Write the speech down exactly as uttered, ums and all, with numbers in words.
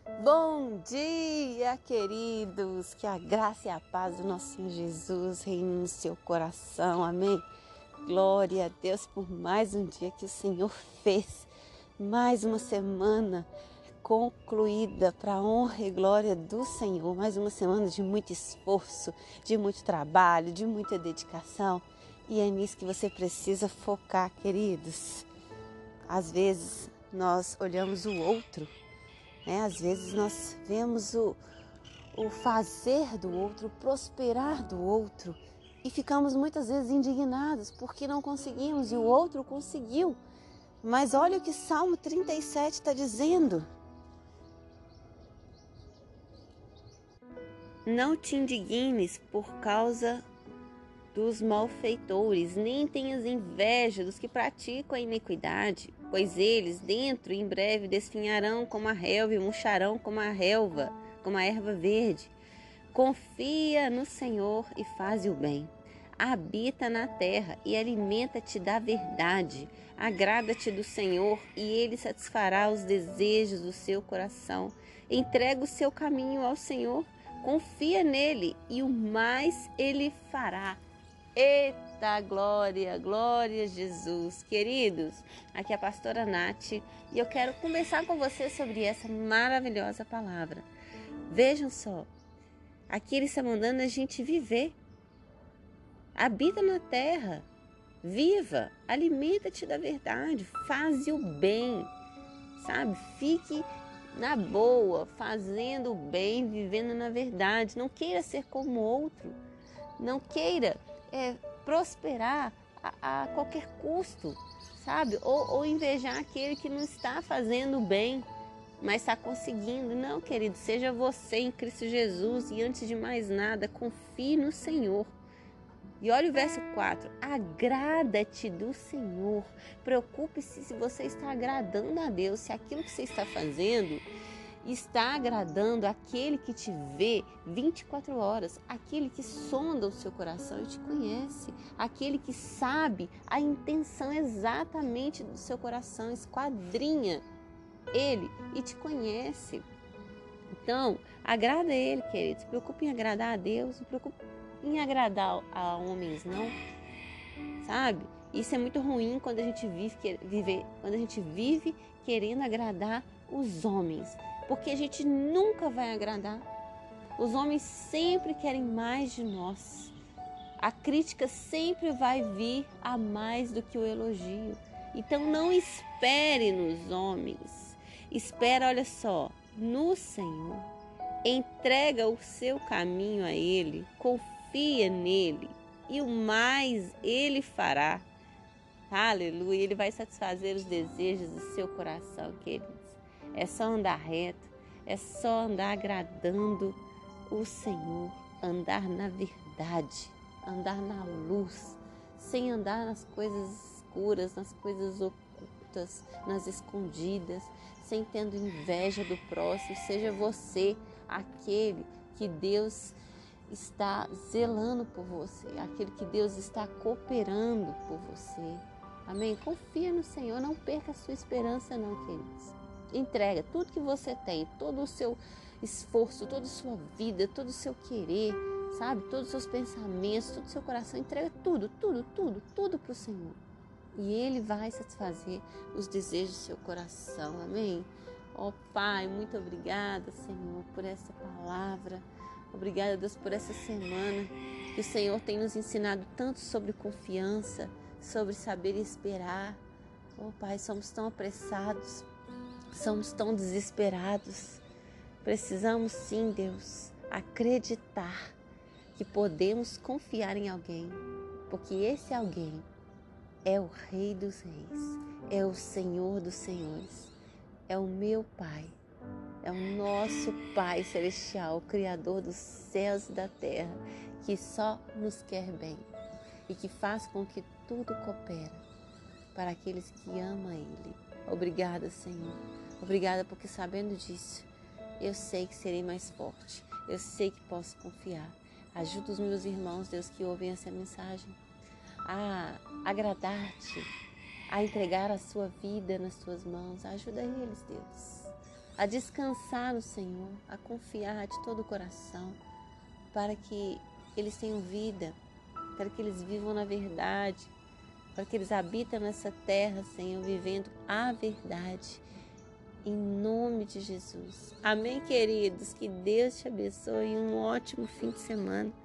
Bom dia, queridos! Que a graça e a paz do nosso Senhor Jesus reine no seu coração, amém? Glória a Deus por mais um dia que o Senhor fez, mais uma semana concluída para a honra e glória do Senhor, mais uma semana de muito esforço, de muito trabalho, de muita dedicação, e é nisso que você precisa focar, queridos. Às vezes nós olhamos o outro, né? Às vezes nós vemos o, o fazer do outro, o prosperar do outro e ficamos muitas vezes indignados porque não conseguimos e o outro conseguiu. Mas olha o que Salmo trinta e sete está dizendo. Não te indignes por causa dos malfeitores, nem tenhas inveja dos que praticam a iniquidade, pois eles dentro em breve desfinharão como a relva e murcharão como a relva, como a erva verde. Confia no Senhor e faz o bem. Habita na terra e alimenta-te da verdade. Agrada-te do Senhor e Ele satisfará os desejos do seu coração. Entrega o seu caminho ao Senhor, confia nele e o mais Ele fará. Eita, glória, glória a Jesus. Queridos, aqui é a pastora Nath e eu quero conversar com você sobre essa maravilhosa palavra. Vejam só, aqui ele está mandando a gente viver. Habita na terra, viva, alimenta-te da verdade, faz o bem, sabe? Fique na boa, fazendo o bem, vivendo na verdade. Não queira ser como outro, não queira é, prosperar a, a qualquer custo, sabe? Ou, ou invejar aquele que não está fazendo bem, mas está conseguindo. Não, querido, seja você em Cristo Jesus e antes de mais nada, confie no Senhor. E olha o verso quatro, agrada-te do Senhor. Preocupe-se se você está agradando a Deus, se aquilo que você está fazendo está agradando aquele que te vê vinte e quatro horas, aquele que sonda o seu coração e te conhece, aquele que sabe a intenção exatamente do seu coração, esquadrinha ele e te conhece. Então, agrada ele, querido. Se preocupe em agradar a Deus, se preocupe em agradar a homens, não, sabe? Isso é muito ruim quando a gente vive, vive, quando a gente vive querendo agradar os homens, porque a gente nunca vai agradar. Os homens sempre querem mais de nós. A crítica sempre vai vir a mais do que o elogio. Então não espere nos homens. Espera, olha só, no Senhor. Entrega o seu caminho a Ele, confia nele e o mais Ele fará. Aleluia, Ele vai satisfazer os desejos do seu coração, queridos. É só andar reto, é só andar agradando o Senhor, andar na verdade, andar na luz, sem andar nas coisas escuras, nas coisas ocultas, nas escondidas, sem tendo inveja do próximo. Seja você aquele que Deus está zelando por você, aquele que Deus está cooperando por você. Amém? Confia no Senhor, não perca a sua esperança não, queridos. Entrega tudo que você tem, todo o seu esforço, toda a sua vida, todo o seu querer, sabe? Todos os seus pensamentos, todo o seu coração, entrega tudo, tudo, tudo, tudo para o Senhor. E Ele vai satisfazer os desejos do seu coração, amém? Ó oh, Pai, muito obrigada, Senhor, por essa palavra. Obrigada, Deus, por essa semana que o Senhor tem nos ensinado tanto sobre confiança, sobre saber esperar. Oh, Pai, somos tão apressados, somos tão desesperados. Precisamos sim, Deus, acreditar que podemos confiar em alguém, porque esse alguém é o Rei dos Reis, é o Senhor dos Senhores, é o meu Pai, é o nosso Pai Celestial, o Criador dos céus e da terra, que só nos quer bem e que faz com que tudo coopera para aqueles que amam Ele. Obrigada, Senhor. Obrigada porque sabendo disso, eu sei que serei mais forte. Eu sei que posso confiar. Ajuda os meus irmãos, Deus, que ouvem essa mensagem a agradar-te, a entregar a sua vida nas tuas mãos. Ajuda eles, Deus, a descansar no Senhor, a confiar de todo o coração, para que eles tenham vida, para que eles vivam na verdade, para que eles habitem nessa terra, Senhor, vivendo a verdade. Em nome de Jesus. Amém, queridos? Que Deus te abençoe e um ótimo fim de semana.